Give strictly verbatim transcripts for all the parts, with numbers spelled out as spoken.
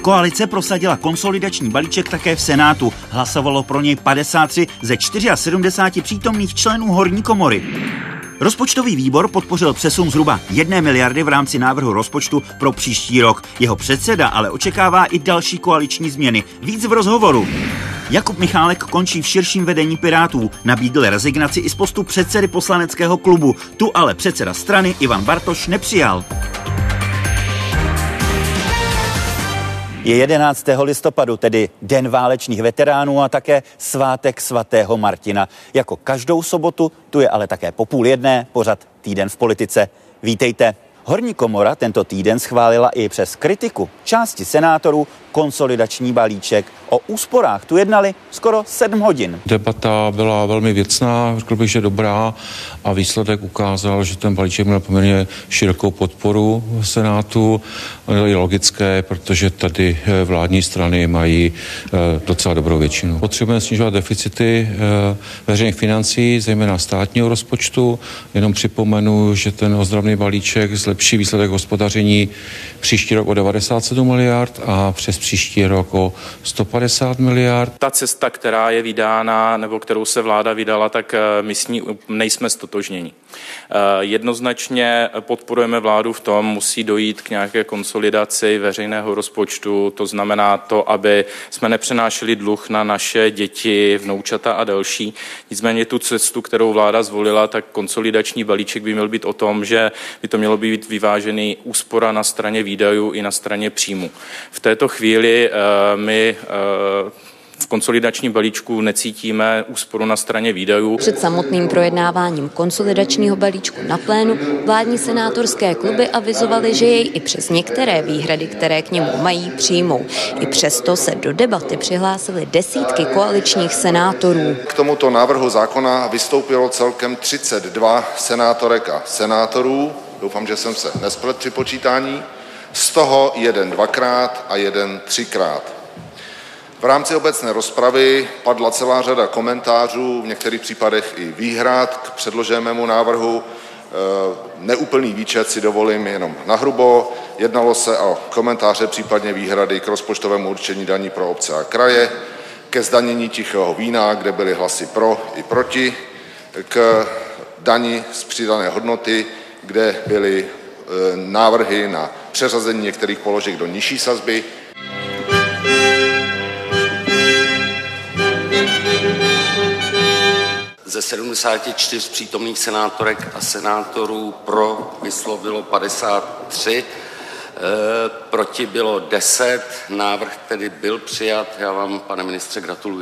Koalice prosadila konsolidační balíček také v Senátu. Hlasovalo pro něj padesát tři ze sedmdesáti čtyř přítomných členů horní komory. Rozpočtový výbor podpořil přesun zhruba jedné miliardy v rámci návrhu rozpočtu pro příští rok. Jeho předseda ale očekává i další koaliční změny. Víc v rozhovoru. Jakub Michálek končí v širším vedení Pirátů. Nabídl rezignaci i z postu předsedy poslaneckého klubu. Tu ale předseda strany Ivan Bartoš nepřijal. Je jedenáctého listopadu, tedy Den válečných veteránů a také svátek svatého Martina. Jako každou sobotu, tu je ale také po půl jedné pořad Týden v politice. Vítejte. Horní komora tento týden schválila i přes kritiku části senátorů konsolidační balíček. O úsporách tu jednali skoro sedm hodin. Debata byla velmi věcná, řekl bych, že dobrá a výsledek ukázal, že ten balíček měl poměrně širokou podporu v Senátu. Je logické, protože tady vládní strany mají docela dobrou většinu. Potřebujeme snižovat deficity veřejných financí, zejména státního rozpočtu. Jenom připomenu, že ten ozdravný balíček zlepší výsledek hospodaření příští rok o devadesát sedm miliard a přes příští rok o sto padesát miliard. Ta cesta, která je vydána, nebo kterou se vláda vydala, tak my s ní nejsme stotožněni. Jednoznačně podporujeme vládu v tom, musí dojít k nějaké konsolidaci veřejného rozpočtu, to znamená to, aby jsme nepřenášeli dluh na naše děti, vnoučata a další. Nicméně tu cestu, kterou vláda zvolila, tak konsolidační balíček by měl být o tom, že by to mělo být vyvážený úspora na straně výdajů i na straně příjmu. V této chvíli uh, my uh, v konsolidačním balíčku necítíme úsporu na straně výdajů. Před samotným projednáváním konsolidačního balíčku na plénu vládní senátorské kluby avizovaly, že jej i přes některé výhrady, které k němu mají, přijmou. I přesto se do debaty přihlásily desítky koaličních senátorů. K tomuto návrhu zákona vystoupilo celkem třicet dva senátorek a senátorů. Doufám, že jsem se nesplet při počítání. Z toho jeden dvakrát a jeden třikrát. V rámci obecné rozpravy padla celá řada komentářů, v některých případech i výhrad k předloženému návrhu. Neúplný výčet si dovolím jenom nahrubo. Jednalo se o komentáře, případně výhrady k rozpočtovému určení daní pro obce a kraje, ke zdanění tichého vína, kde byly hlasy pro i proti, k dani z přidané hodnoty, kde byly návrhy na přeřazení některých položek do nižší sazby. Ze sedmdesáti čtyř přítomných senátorek a senátorů pro vyslovilo padesát tři, e, proti bylo deset, návrh tedy byl přijat. Já vám, pane ministře, gratuluji.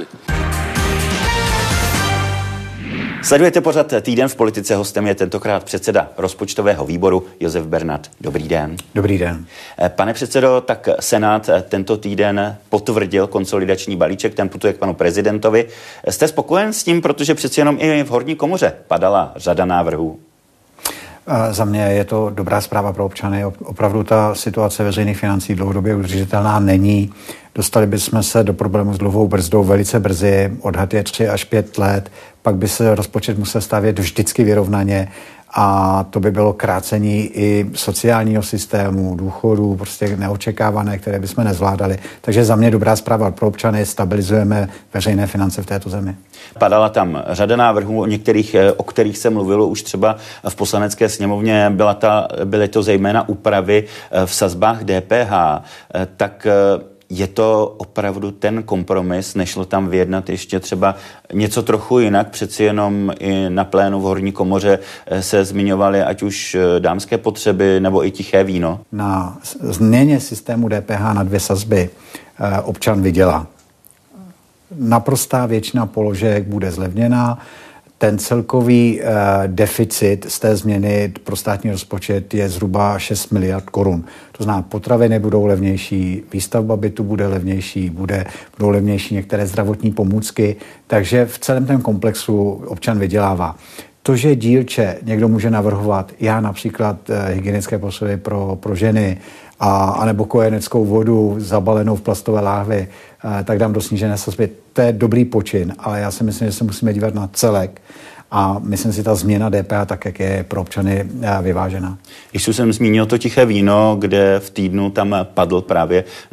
Sledujete pořad Týden v politice, hostem je tentokrát předseda rozpočtového výboru Josef Bernat. Dobrý den. Dobrý den. Pane předsedo, tak Senát tento týden potvrdil konsolidační balíček, ten putuje k panu prezidentovi. Jste spokojen s tím, protože přeci jenom i v horní komoře padala řada návrhů? Za mě je to dobrá zpráva pro občany. Opravdu ta situace veřejných financí dlouhodobě udržitelná není. Dostali bychom se do problému s dluhovou brzdou velice brzy, odhad je tři až pět let, pak by se rozpočet musel stavět vždycky vyrovnaně a to by bylo krácení i sociálního systému, důchodů, prostě neočekávané, které bychom nezvládali. Takže za mě dobrá zpráva pro občany, stabilizujeme veřejné finance v této zemi. Padala tam řada návrhů, o některých, o kterých se mluvilo už třeba v poslanecké sněmovně, byla ta, byly to zejména úpravy v sazbách D P H, tak je to opravdu ten kompromis, nešlo tam vyjednat ještě třeba něco trochu jinak, přeci jenom i na plénu v horní komoře se zmiňovaly ať už dámské potřeby nebo i tiché víno? Na změně systému D P H na dvě sazby občan vydělá. Naprostá většina položek bude zlevněná. Ten celkový eh, deficit z té změny pro státní rozpočet je zhruba šest miliard korun. To znamená, potraviny budou levnější, výstavba bytu bude levnější, bude, budou levnější některé zdravotní pomůcky, takže v celém tom komplexu občan vydělává. To, že dílče někdo může navrhovat, já například eh, hygienické potřeby pro, pro ženy, a, anebo kojeneckou vodu zabalenou v plastové láhvi, eh, tak dám do snížené sazby. To je dobrý počin, ale já si myslím, že se musíme dívat na celek a myslím si, ta změna D P H tak, jak je pro občany eh, vyvážená. Když jsem zmínil to tiché víno, kde v týdnu tam padl právě na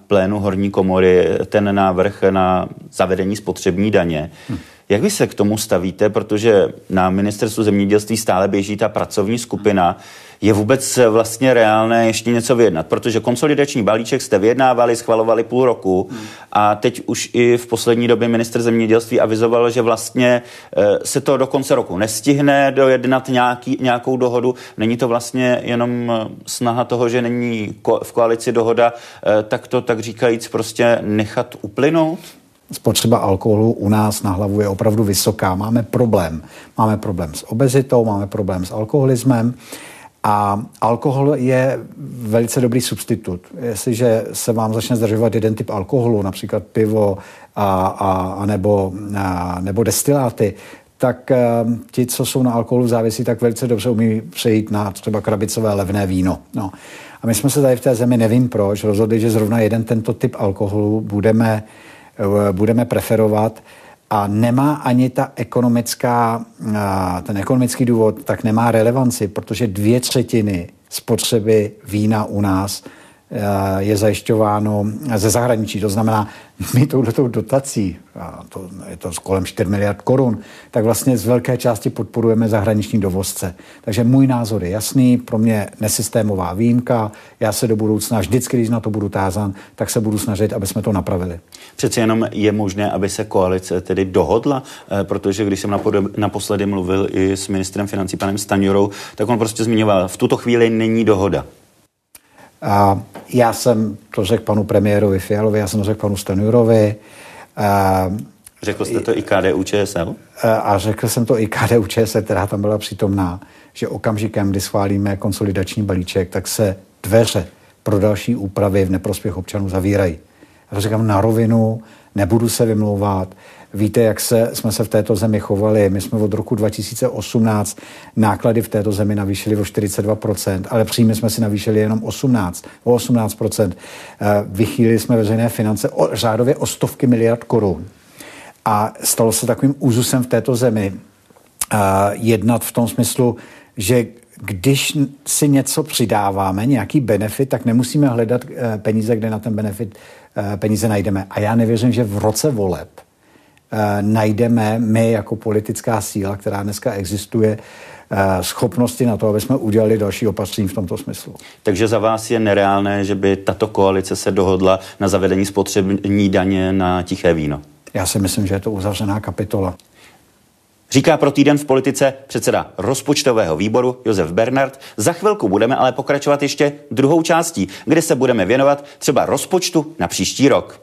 plénu horní komory ten návrh na zavedení spotřební daně. Hm. Jak vy se k tomu stavíte, protože na ministerstvu zemědělství stále běží ta pracovní skupina, je vůbec vlastně reálné ještě něco vyjednat? Protože konsolidační balíček jste vyjednávali, schvalovali půl roku hmm. a teď už i v poslední době ministr zemědělství avizoval, že vlastně se to do konce roku nestihne dojednat nějaký, nějakou dohodu. Není to vlastně jenom snaha toho, že není v koalici dohoda, tak to tak říkajíc prostě nechat uplynout? Spotřeba alkoholu u nás na hlavu je opravdu vysoká. Máme problém. Máme problém s obezitou, máme problém s alkoholismem a alkohol je velice dobrý substitut. Jestliže se vám začne zdržovat jeden typ alkoholu, například pivo a, a, a nebo, a, nebo destiláty, tak uh, ti, co jsou na alkoholu závisí, tak velice dobře umí přejít na třeba krabicové levné víno. No. A my jsme se tady v té zemi, nevím proč, rozhodli, že zrovna jeden tento typ alkoholu budeme budeme preferovat a nemá ani ta ekonomická, ten ekonomický důvod, tak nemá relevanci, protože dvě třetiny spotřeby vína u nás je zajišťováno ze zahraničí. To znamená, my touhletou dotací, a to je to kolem čtyři miliard korun, tak vlastně z velké části podporujeme zahraniční dovozce. Takže můj názor je jasný, pro mě nesystémová výjimka. Já se do budoucna, vždycky, když na to budu tázán, tak se budu snažit, aby jsme to napravili. Přece jenom je možné, aby se koalice tedy dohodla, protože když jsem naposledy mluvil i s ministrem financí panem Stanjurou, tak on prostě zmiňoval, v tuto chvíli není dohoda. A já jsem to řekl panu premiérovi Fialovi, já jsem to řekl panu Stanjurovi. A řekl jste to i K D U Č S L? A řekl jsem to i K D U Č S L, která tam byla přítomná, že okamžikem, kdy schválíme konsolidační balíček, tak se dveře pro další úpravy v neprospěch občanů zavírají. Já to říkám na rovinu, nebudu se vymlouvat. Víte, jak se, jsme se v této zemi chovali. My jsme od roku dva tisíce osmnáct náklady v této zemi navýšili o čtyřicet dva procent, ale příjmy jsme si navýšili jenom osmnáct, o osmnáct procent. Vychýlili jsme veřejné finance o, řádově o stovky miliard korun. A stalo se takovým úzusem v této zemi jednat v tom smyslu, že když si něco přidáváme, nějaký benefit, tak nemusíme hledat peníze, kde na ten benefit peníze najdeme. A já nevěřím, že v roce voleb najdeme my jako politická síla, která dneska existuje, schopnosti na to, aby jsme udělali další opatření v tomto smyslu. Takže za vás je nereálné, že by tato koalice se dohodla na zavedení spotřební daně na tiché víno? Já si myslím, že je to uzavřená kapitola. Říká pro Týden v politice předseda rozpočtového výboru Josef Bernard. Za chvilku budeme ale pokračovat ještě druhou částí, kde se budeme věnovat třeba rozpočtu na příští rok.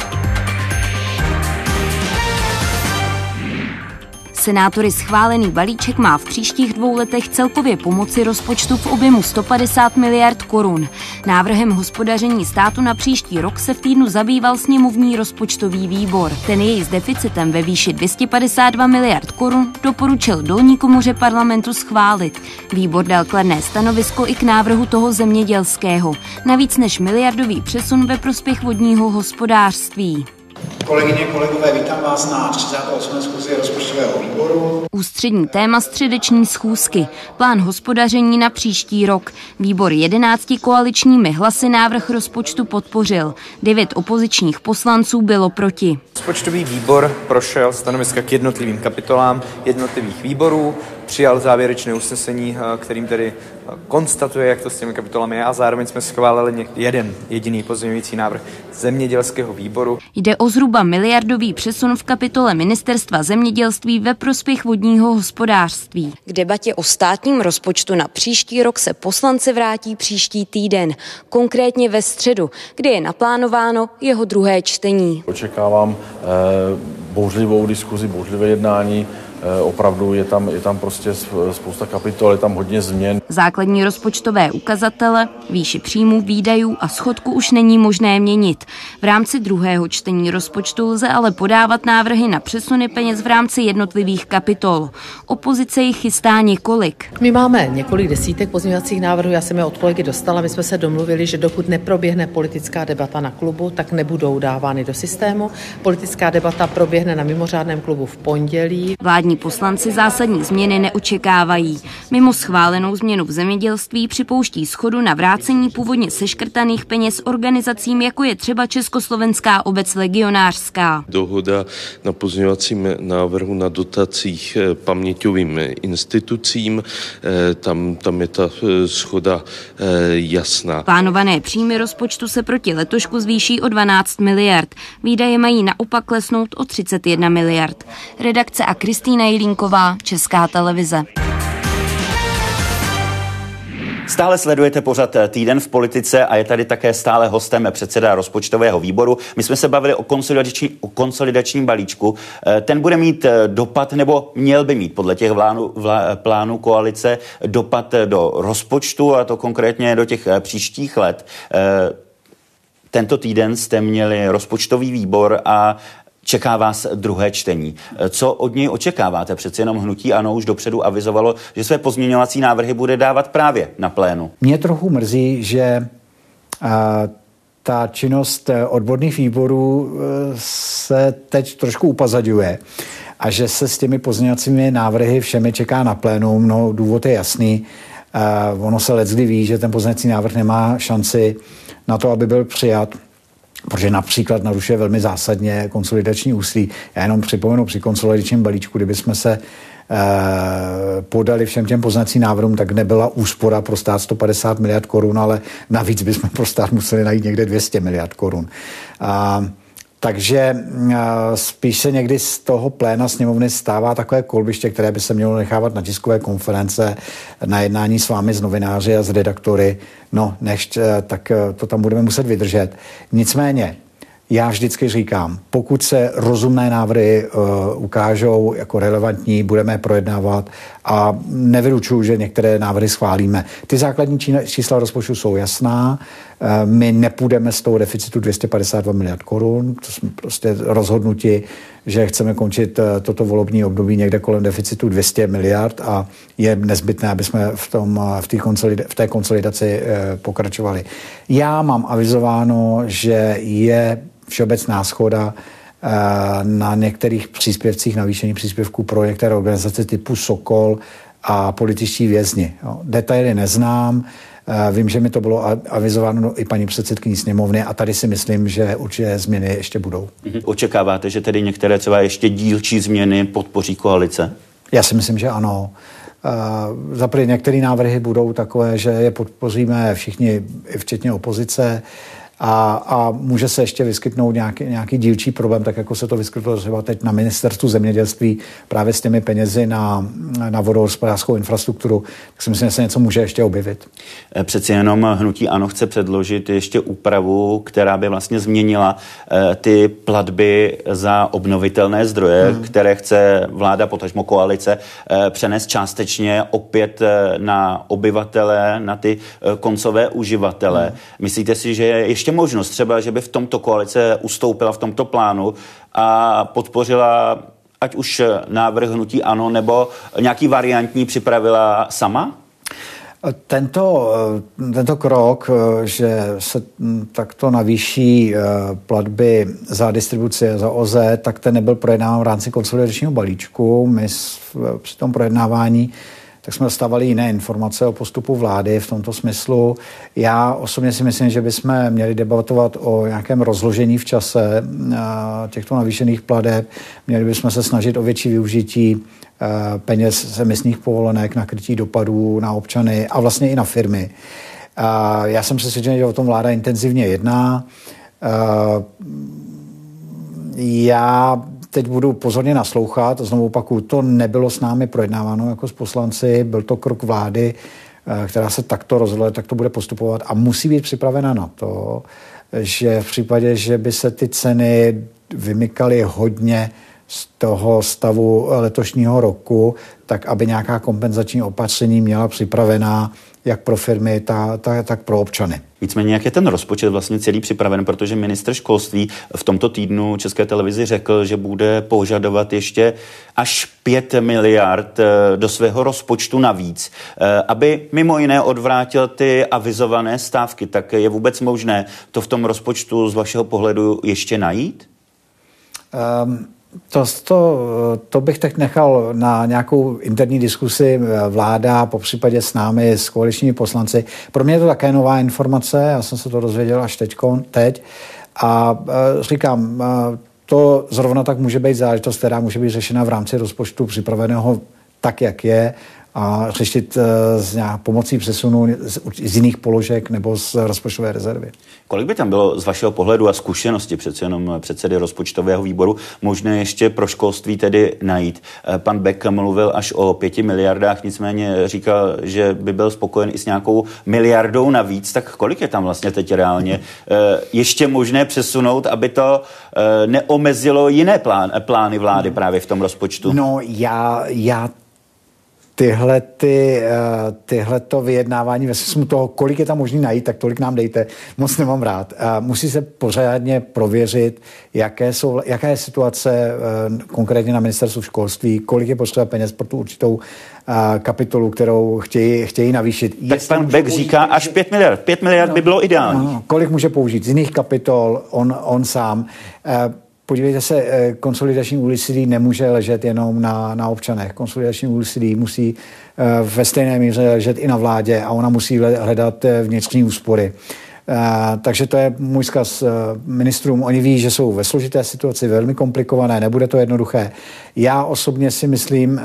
Senátory schválený balíček má v příštích dvou letech celkově pomoci rozpočtu v objemu sto padesát miliard korun. Návrhem hospodaření státu na příští rok se v týdnu zabýval sněmovní rozpočtový výbor. Ten jej s deficitem ve výši dvě stě padesát dva miliard korun doporučil dolní komoře parlamentu schválit. Výbor dal kladné stanovisko i k návrhu toho zemědělského. Navíc než miliardový přesun ve prospěch vodního hospodářství. Kolegyně, kolegové, vítám vás na třicáté osmé schůzi rozpočtového výboru. Ústřední téma středeční schůzky. Plán hospodaření na příští rok. Výbor jedenácti koaličními hlasy návrh rozpočtu podpořil. Devět opozičních poslanců bylo proti. Rozpočtový výbor prošel stanoviska k jednotlivým kapitolám jednotlivých výborů, přijal závěrečné usnesení, kterým tedy konstatuje, jak to s těmi kapitolami je, a zároveň jsme schválili jeden jediný pozměňující návrh zemědělského výboru. Jde o zhruba miliardový přesun v kapitole Ministerstva zemědělství ve prospěch vodního hospodářství. K debatě o státním rozpočtu na příští rok se poslanci vrátí příští týden, konkrétně ve středu, kdy je naplánováno jeho druhé čtení. Očekávám eh, bouřlivou diskuzi, bouřlivé jednání. Opravdu je tam, je tam prostě spousta kapitol, je tam hodně změn. Základní rozpočtové ukazatele, výši příjmů, výdajů a schodku už není možné měnit. V rámci druhého čtení rozpočtu lze ale podávat návrhy na přesuny peněz v rámci jednotlivých kapitol. Opozice jich chystá několik. My máme několik desítek pozměňovacích návrhů, já jsem je od kolegy dostala, my jsme se domluvili, že dokud neproběhne politická debata na klubu, tak nebudou dávány do systému. Politická debata proběhne proběhne na mimořádném klubu v pondělí. Vládní poslanci zásadní změny neočekávají. Mimo schválenou změnu v zemědělství připouští shodu na vrácení původně seškrtaných peněz organizacím, jako je třeba Československá obec legionářská. Dohoda na pozměňovacím návrhu na dotacích paměťovým institucím, tam, tam je ta shoda jasná. Plánované příjmy rozpočtu se proti letošku zvýší o dvanáct miliard. Výdaje mají naopak klesnout o třicet jedna miliard. Redakce a Kristýna Jelínková, Česká televize. Stále sledujete pořad Týden v politice a je tady také stále hostem předseda rozpočtového výboru. My jsme se bavili o, konsolidační, o konsolidačním balíčku. Ten bude mít dopad, nebo měl by mít podle těch vlánu, vlá, plánů koalice dopad do rozpočtu, a to konkrétně do těch příštích let. Tento týden jste měli rozpočtový výbor a čeká vás druhé čtení. Co od něj očekáváte? Přeci jenom hnutí ANO už dopředu avizovalo, že své pozměňovací návrhy bude dávat právě na plénu. Mě trochu mrzí, že a, ta činnost odborných výborů se teď trošku upozaďuje a že se s těmi pozměňovacími návrhy všemi čeká na plénum. No, důvod je jasný. A, ono se leckdy ví, že ten pozměňovací návrh nemá šanci na to, aby byl přijat, protože například narušuje velmi zásadně konsolidační úsilí. Já jenom připomenu při konsolidačním balíčku, kdyby jsme se eh, podali všem těm poznacím návrhům, tak nebyla úspora pro stát sto padesát miliard korun, ale navíc bychom pro stát museli najít někde dvě stě miliard korun. A takže spíš se někdy z toho pléna sněmovny stává takové kolbiště, které by se mělo nechávat na tiskové konference, na jednání s vámi, s novináři a s redaktory. No, nechť, tak to tam budeme muset vydržet. Nicméně, já vždycky říkám, pokud se rozumné návrhy uh, ukážou jako relevantní, budeme je projednávat a nevylučuju, že některé návrhy schválíme. Ty základní čísla rozpočtu jsou jasná. Uh, my nepůjdeme z toho deficitu dvě stě padesát dva miliard korun. To jsme prostě rozhodnuti, že chceme končit uh, toto volební období někde kolem deficitu dvě stě miliard a je nezbytné, aby jsme v, tom, uh, v, té, konsolida- v té konsolidaci uh, pokračovali. Já mám avizováno, že je všeobecná shoda na některých příspěvcích, navýšení příspěvků pro některé organizace typu Sokol a političtí vězni. Detaily neznám, vím, že mi to bylo avizováno i paní předsedkyní sněmovny a tady si myslím, že určitě změny ještě budou. Očekáváte, že tedy některé třeba ještě dílčí změny podpoří koalice? Já si myslím, že ano. Uh, Zaprvé některé návrhy budou takové, že je podpoříme všichni, včetně opozice, A, a může se ještě vyskytnout nějaký, nějaký dílčí problém, tak jako se to vyskytlo třeba teď na ministerstvu zemědělství právě s těmi penězi na, na vodohospodářskou infrastrukturu. Tak si myslím, že se něco může ještě objevit. Přeci jenom hnutí ANO chce předložit ještě úpravu, která by vlastně změnila eh, ty platby za obnovitelné zdroje, hmm. které chce vláda, potažmo koalice, eh, přenést částečně opět eh, na obyvatele, na ty eh, koncové uživatele. Hmm. Myslíte si, že je ještě možnost třeba, že by v tomto koalice ustoupila v tomto plánu a podpořila ať už návrh hnutí ANO, nebo nějaký variantní připravila sama? Tento, tento krok, že se takto navýší platby za distribuci a za O Z E, tak ten nebyl projednáván v rámci konsolidačního balíčku. My při tom projednávání tak jsme dostávali jiné informace o postupu vlády v tomto smyslu. Já osobně si myslím, že bychom měli debatovat o nějakém rozložení v čase těchto navýšených plateb. Měli bychom se snažit o větší využití peněz z emisních povolenek na krytí dopadů na občany a vlastně i na firmy. Já jsem přesvědčený, že o tom vláda intenzivně jedná. Já teď budu pozorně naslouchat, znovu opakuju, to nebylo s námi projednáváno jako s poslanci, byl to krok vlády, která se takto rozhodla, tak to bude postupovat a musí být připravena na to, že v případě, že by se ty ceny vymykaly hodně z toho stavu letošního roku, tak aby nějaká kompenzační opatření měla připravená jak pro firmy, tak, tak, tak pro občany. Nicméně, jak je ten rozpočet vlastně celý připraven, protože ministr školství v tomto týdnu České televizi řekl, že bude požadovat ještě až pět miliard do svého rozpočtu navíc, aby mimo jiné odvrátil ty avizované stávky. Tak je vůbec možné to v tom rozpočtu z vašeho pohledu ještě najít? Um, To, to, to bych tak nechal na nějakou interní diskusi vláda, popřípadě s námi, s koaličními poslanci. Pro mě je to také nová informace, já jsem se to dozvěděl až teďko, teď. A říkám, to zrovna tak může být záležitost, která může být řešena v rámci rozpočtu připraveného tak, jak je, a řešit z nějak pomocí přesunu z, z jiných položek nebo z rozpočtové rezervy. Kolik by tam bylo z vašeho pohledu a zkušenosti přece jenom předsedy rozpočtového výboru možné ještě pro školství tedy najít? Pan Bek mluvil až o pěti miliardách, nicméně říkal, že by byl spokojen i s nějakou miliardou navíc. Tak kolik je tam vlastně teď reálně ještě možné přesunout, aby to neomezilo jiné plán, plány vlády právě v tom rozpočtu? No já, já Tyhle, ty, tyhleto vyjednávání ve smyslu toho, kolik je tam možný najít, tak tolik nám dejte. Moc nemám rád. Musí se pořádně prověřit, jaké jsou, jaká je situace konkrétně na ministerstvu školství, kolik je potřeba peněz pro tu určitou kapitolu, kterou chtějí, chtějí navýšit. Tak jestli pan Bek říká až pět miliard. Pět miliard no, by bylo ideální. No, kolik může použít z jiných kapitol, on, on sám. Podívejte se, konsolidační úsilí nemůže ležet jenom na, na občanech. Konsolidační úsilí musí ve stejné míře ležet i na vládě a ona musí hledat vnitřní úspory. Takže to je můj vzkaz ministrům. Oni ví, že jsou ve složité situaci, velmi komplikované, nebude to jednoduché. Já osobně si myslím,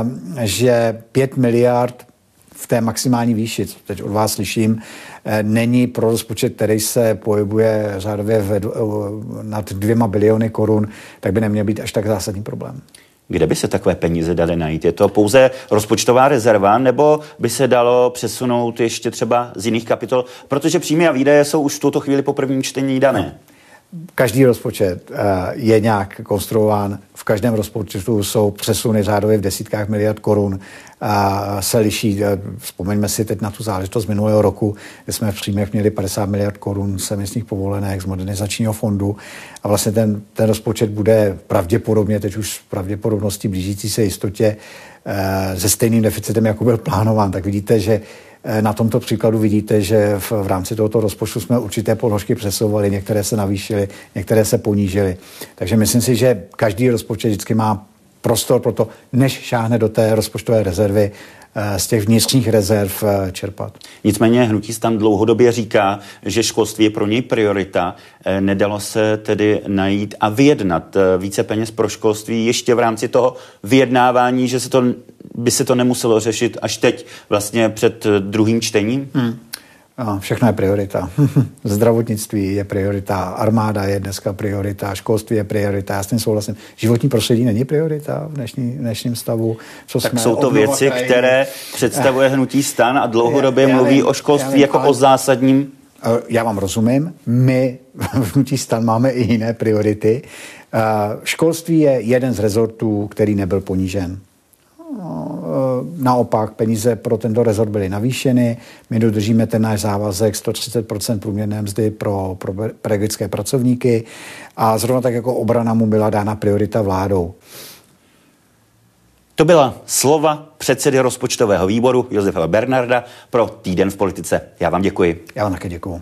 že pět miliard v té maximální výši, co teď od vás slyším, není pro rozpočet, který se pohybuje řádově v, nad dvěma biliony korun, tak by neměl být až tak zásadní problém. Kde by se takové peníze daly najít? Je to pouze rozpočtová rezerva, nebo by se dalo přesunout ještě třeba z jiných kapitol? Protože příjmy a výdaje jsou už v tuto chvíli po prvním čtení dané. Každý rozpočet je nějak konstruován. V každém rozpočtu jsou přesuny řádově v desítkách miliard korun. A se liší. Vzpomeňme si teď na tu záležitost minulého roku, kde jsme v příjmech měli padesát miliard korun z emisních povolenek z modernizačního fondu. A vlastně ten, ten rozpočet bude pravděpodobně, teď už pravděpodobností blížící se jistotě, se stejným deficitem, jako byl plánován. Tak vidíte, že na tomto příkladu vidíte, že v, v rámci tohoto rozpočtu jsme určité položky přesouvali, některé se navýšily, některé se ponížily. Takže myslím si, že každý rozpočet vždycky má prostor pro to, než šáhne do té rozpočtové rezervy, z těch vnitřních rezerv čerpat. Nicméně hnutí STAN dlouhodobě říká, že školství je pro něj priorita. Nedalo se tedy najít a vyjednat více peněz pro školství ještě v rámci toho vyjednávání, že se to, by se to nemuselo řešit až teď vlastně před druhým čtením? Hmm. No, všechno je priorita. Zdravotnictví je priorita, armáda je dneska priorita, školství je priorita, já s tím souhlasím. Životní prostředí není priorita v dnešní, v dnešním stavu. Co tak jsme jsou to věci, krajiny, které představuje hnutí STAN a dlouhodobě já, mluví já, o školství já, jako ale, o zásadním. Já vám rozumím, my v hnutí STAN máme i jiné priority. Školství je jeden z rezortů, který nebyl ponížen. Naopak peníze pro tento rezort byly navýšeny. My dodržíme ten náš závazek sto třicet procent průměrné mzdy pro, pro pedagogické pracovníky a zrovna tak jako obrana mu byla dána priorita vládou. To byla slova předsedy rozpočtového výboru Josefa Bernarda pro Týden v politice. Já vám děkuji. Já vám také děkuji.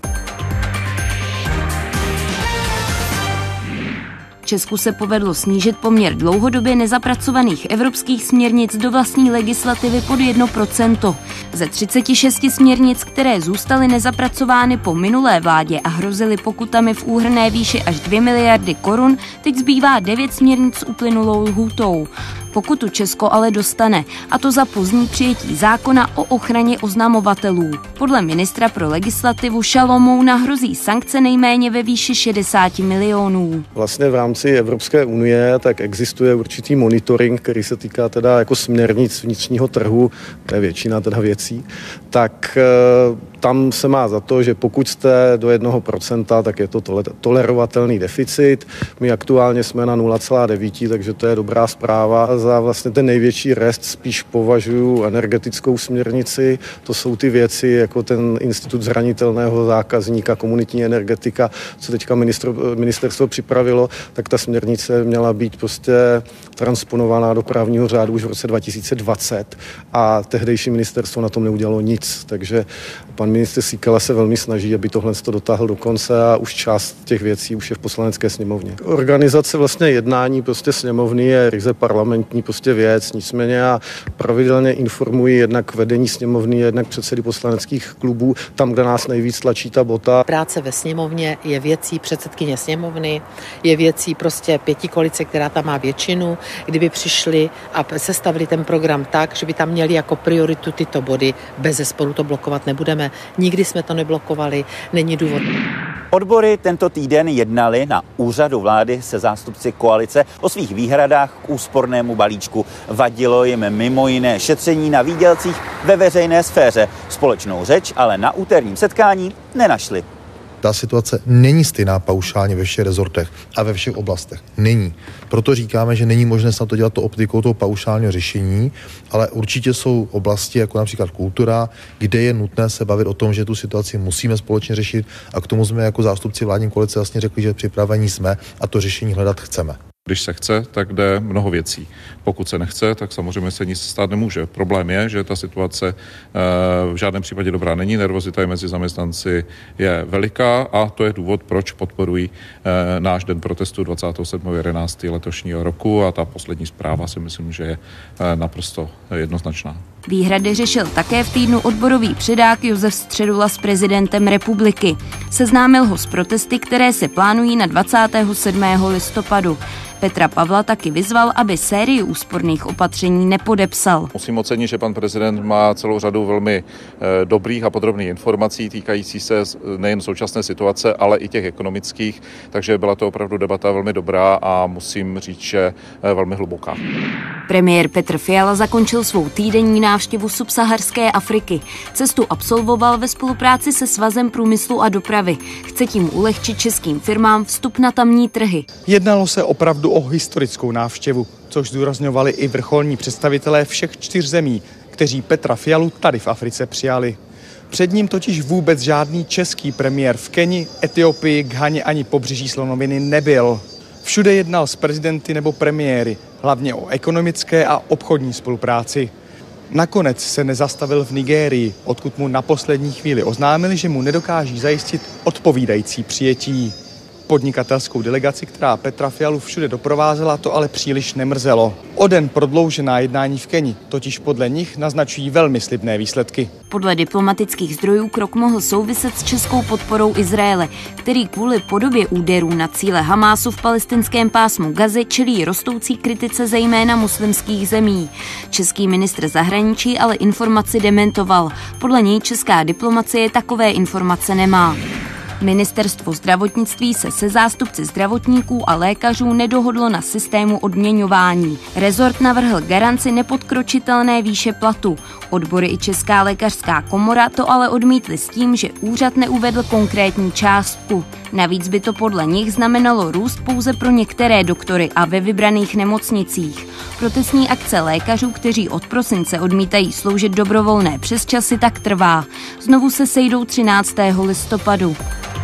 Česku se povedlo snížit poměr dlouhodobě nezapracovaných evropských směrnic do vlastní legislativy pod jedno procento. Ze třiceti šesti směrnic, které zůstaly nezapracovány po minulé vládě a hrozily pokutami v úhrnné výši až dvě miliardy korun, teď zbývá devět směrnic s uplynulou lhůtou. Pokutu Česko ale dostane, a to za pozdní přijetí zákona o ochraně oznamovatelů. Podle ministra pro legislativu Šalomouna hrozí sankce nejméně ve výši šedesát milionů. Vlastně v rámci Evropské unie tak existuje určitý monitoring, který se týká teda jako směrnic vnitřního trhu, to je většina teda věcí, tak tam se má za to, že pokud jste do jednoho procenta, tak je to tolerovatelný deficit. My aktuálně jsme na nula celá devět, takže to je dobrá zpráva. za vlastně ten největší rest spíš považuji energetickou směrnici. To jsou ty věci jako ten institut zranitelného zákazníka, komunitní energetika, co teďka ministro, ministerstvo připravilo, tak ta směrnice měla být prostě transponovaná do právního řádu už v roce dva tisíce dvacet a tehdejší ministerstvo na tom neudělalo nic. Takže pan ministr Síkela se velmi snaží, aby tohle to dotáhl do konce a už část těch věcí už je v poslanecké sněmovně. Organizace vlastně jednání prostě sněmovny je ryze parlamentní prostě věc, nicméně já pravidelně informuji jednak vedení sněmovny, jednak předsedy poslaneckých klubů, tam, kde nás nejvíc tlačí ta bota. Práce ve sněmovně je věcí předsedkyně sněmovny, je věcí prostě pětikoalice, která tam má většinu. Kdyby přišli a sestavili ten program tak, že by tam měli jako prioritu tyto body, bezesporu to blokovat nebudeme. Nikdy jsme to neblokovali, není důvod. Odbory tento týden jednali na úřadu vlády se zástupci koalice o svých výhradách k úspornému balíčku. Vadilo jim mimo jiné šetření na výdělcích ve veřejné sféře. Společnou řeč ale na úterním setkání nenašli. Ta situace není stejná paušálně ve všech rezortech a ve všech oblastech. Není. Proto říkáme, že není možné snad to dělat to optikou toho paušálního řešení, ale určitě jsou oblasti, jako například kultura, kde je nutné se bavit o tom, že tu situaci musíme společně řešit a k tomu jsme jako zástupci vládní koalice vlastně řekli, že připravení jsme a to řešení hledat chceme. Když se chce, tak jde mnoho věcí. Pokud se nechce, tak samozřejmě se nic stát nemůže. Problém je, že ta situace v žádném případě dobrá není, nervozita mezi zaměstnanci je veliká a to je důvod, proč podporují náš den protestu dvacátého sedmého jedenáctého letošního roku a ta poslední zpráva si myslím, že je naprosto jednoznačná. Výhrady řešil také v týdnu odborový předák Josef Středula s prezidentem republiky. Seznámil ho s protesty, které se plánují na dvacátého sedmého listopadu. Petra Pavla taky vyzval, aby sérii úsporných opatření nepodepsal. Musím ocenit, že pan prezident má celou řadu velmi e, dobrých a podrobných informací týkající se nejen současné situace, ale i těch ekonomických, takže byla to opravdu debata velmi dobrá a musím říct, že e, velmi hluboká. Premiér Petr Fiala zakončil svou týdenní návštěvu subsaharské Afriky. Cestu absolvoval ve spolupráci se Svazem průmyslu a dopravy. Chce tím ulehčit českým firmám vstup na tamní trhy. Jednalo se opravdu o historickou návštěvu, což zdůrazňovali i vrcholní představitelé všech čtyř zemí, kteří Petra Fialu tady v Africe přijali. Před ním totiž vůbec žádný český premiér v Keni, Etiopii, Ghaně ani pobřeží Slonoviny nebyl. Všude jednal s prezidenty nebo premiéry, hlavně o ekonomické a obchodní spolupráci. Nakonec se nezastavil v Nigérii, odkud mu na poslední chvíli oznámili, že mu nedokáží zajistit odpovídající přijetí. Podnikatelskou delegaci, která Petra Fialu všude doprovázela, to ale příliš nemrzelo. O den prodloužená jednání v Keni totiž podle nich naznačují velmi slibné výsledky. Podle diplomatických zdrojů krok mohl souviset s českou podporou Izraele, který kvůli podobě úderů na cíle Hamásu v palestinském pásmu Gazy čelí rostoucí kritice zejména muslimských zemí. Český ministr zahraničí ale informaci dementoval. Podle něj česká diplomacie takové informace nemá. Ministerstvo zdravotnictví se se zástupci zdravotníků a lékařů nedohodlo na systému odměňování. Rezort navrhl garanci nepodkročitelné výše platu. Odbory i Česká lékařská komora to ale odmítly s tím, že úřad neuvedl konkrétní částku. Navíc by to podle nich znamenalo růst pouze pro některé doktory a ve vybraných nemocnicích. Protestní akce lékařů, kteří od prosince odmítají sloužit dobrovolné přesčasy, tak trvá. Znovu se sejdou třináctého listopadu.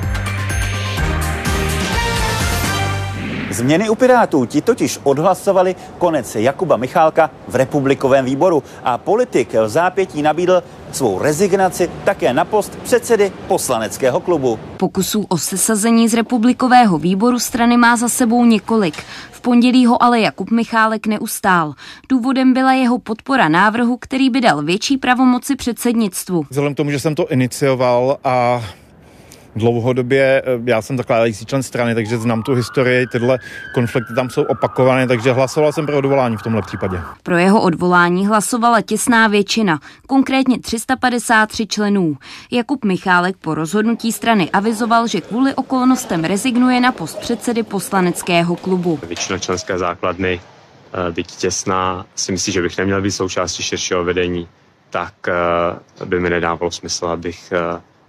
Změny u Pirátů, ti totiž odhlasovali konec Jakuba Michálka v republikovém výboru a politik v zápětí nabídl svou rezignaci také na post předsedy poslaneckého klubu. Pokusů o sesazení z republikového výboru strany má za sebou několik. V pondělí ho ale Jakub Michálek neustál. Důvodem byla jeho podpora návrhu, který by dal větší pravomoci předsednictvu. Vzhledem k tomu, že jsem to inicioval a dlouhodobě, já jsem zakládající člen strany, takže znám tu historii, tyhle konflikty tam jsou opakované, takže hlasoval jsem pro odvolání v tomhle případě. Pro jeho odvolání hlasovala těsná většina, konkrétně tři sta padesát tři členů. Jakub Michálek po rozhodnutí strany avizoval, že kvůli okolnostem rezignuje na post předsedy poslaneckého klubu. Většina členské základny, byť těsná, si myslí, že bych neměl být součástí širšího vedení, tak by mi nedávalo smysl, abych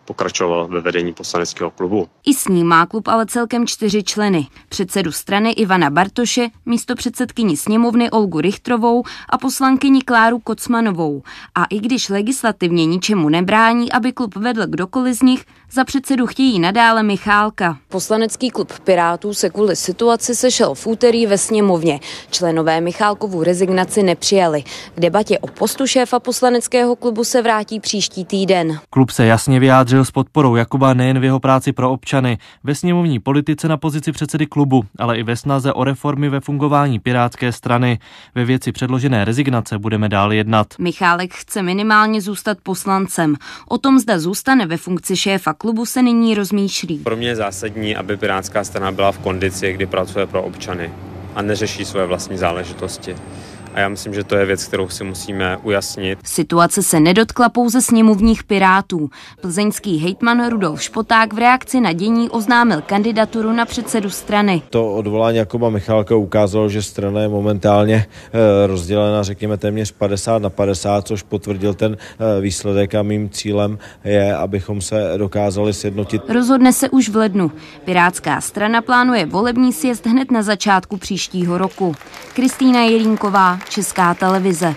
pokračoval ve vedení poslaneckého klubu. I s ním má klub ale celkem čtyři členy. Předsedu strany Ivana Bartoše, místopředsedkyni sněmovny Olgu Richtrovou a poslankyni Kláru Kocmanovou. A i když legislativně ničemu nebrání, aby klub vedl kdokoliv z nich, za předsedu chtějí nadále Michálka. Poslanecký klub Pirátů se kvůli situaci sešel v úterý ve sněmovně. Členové Michálkovu rezignaci nepřijali. K debatě o postu šéfa poslaneckého klubu se vrátí příští týden. Klub se jasně vyjádřil s podporou Jakuba nejen v jeho práci pro občany, ve sněmovní politice na pozici předsedy klubu, ale i ve snaze o reformy ve fungování Pirátské strany. Ve věci předložené rezignace budeme dál jednat. Michálek chce minimálně zůstat poslancem. O tom, zda zůstane ve funkci šéfa klubu, se nyní rozmýšlí. Pro mě je zásadní, aby Pirátská strana byla v kondici, kdy pracuje pro občany a neřeší své vlastní záležitosti. A já myslím, že to je věc, kterou si musíme ujasnit. Situace se nedotkla pouze sněmovních Pirátů. Plzeňský hejtman Rudolf Špoták v reakci na dění oznámil kandidaturu na předsedu strany. To odvolání Jakuba Michálka ukázalo, že strana je momentálně rozdělena, řekněme, téměř padesát na padesát, což potvrdil ten výsledek a mým cílem je, abychom se dokázali sjednotit. Rozhodne se už v lednu. Pirátská strana plánuje volební sjezd hned na začátku příštího roku. Kristýna Jelínková, Česká televize.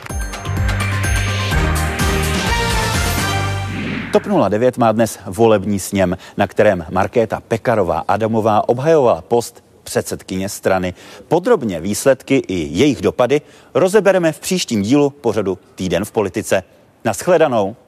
TOP nula devět má dnes volební sněm, na kterém Markéta Pekarová Adamová obhajovala post předsedkyně strany. Podrobně výsledky i jejich dopady rozebereme v příštím dílu pořadu Týden v politice. Naschledanou.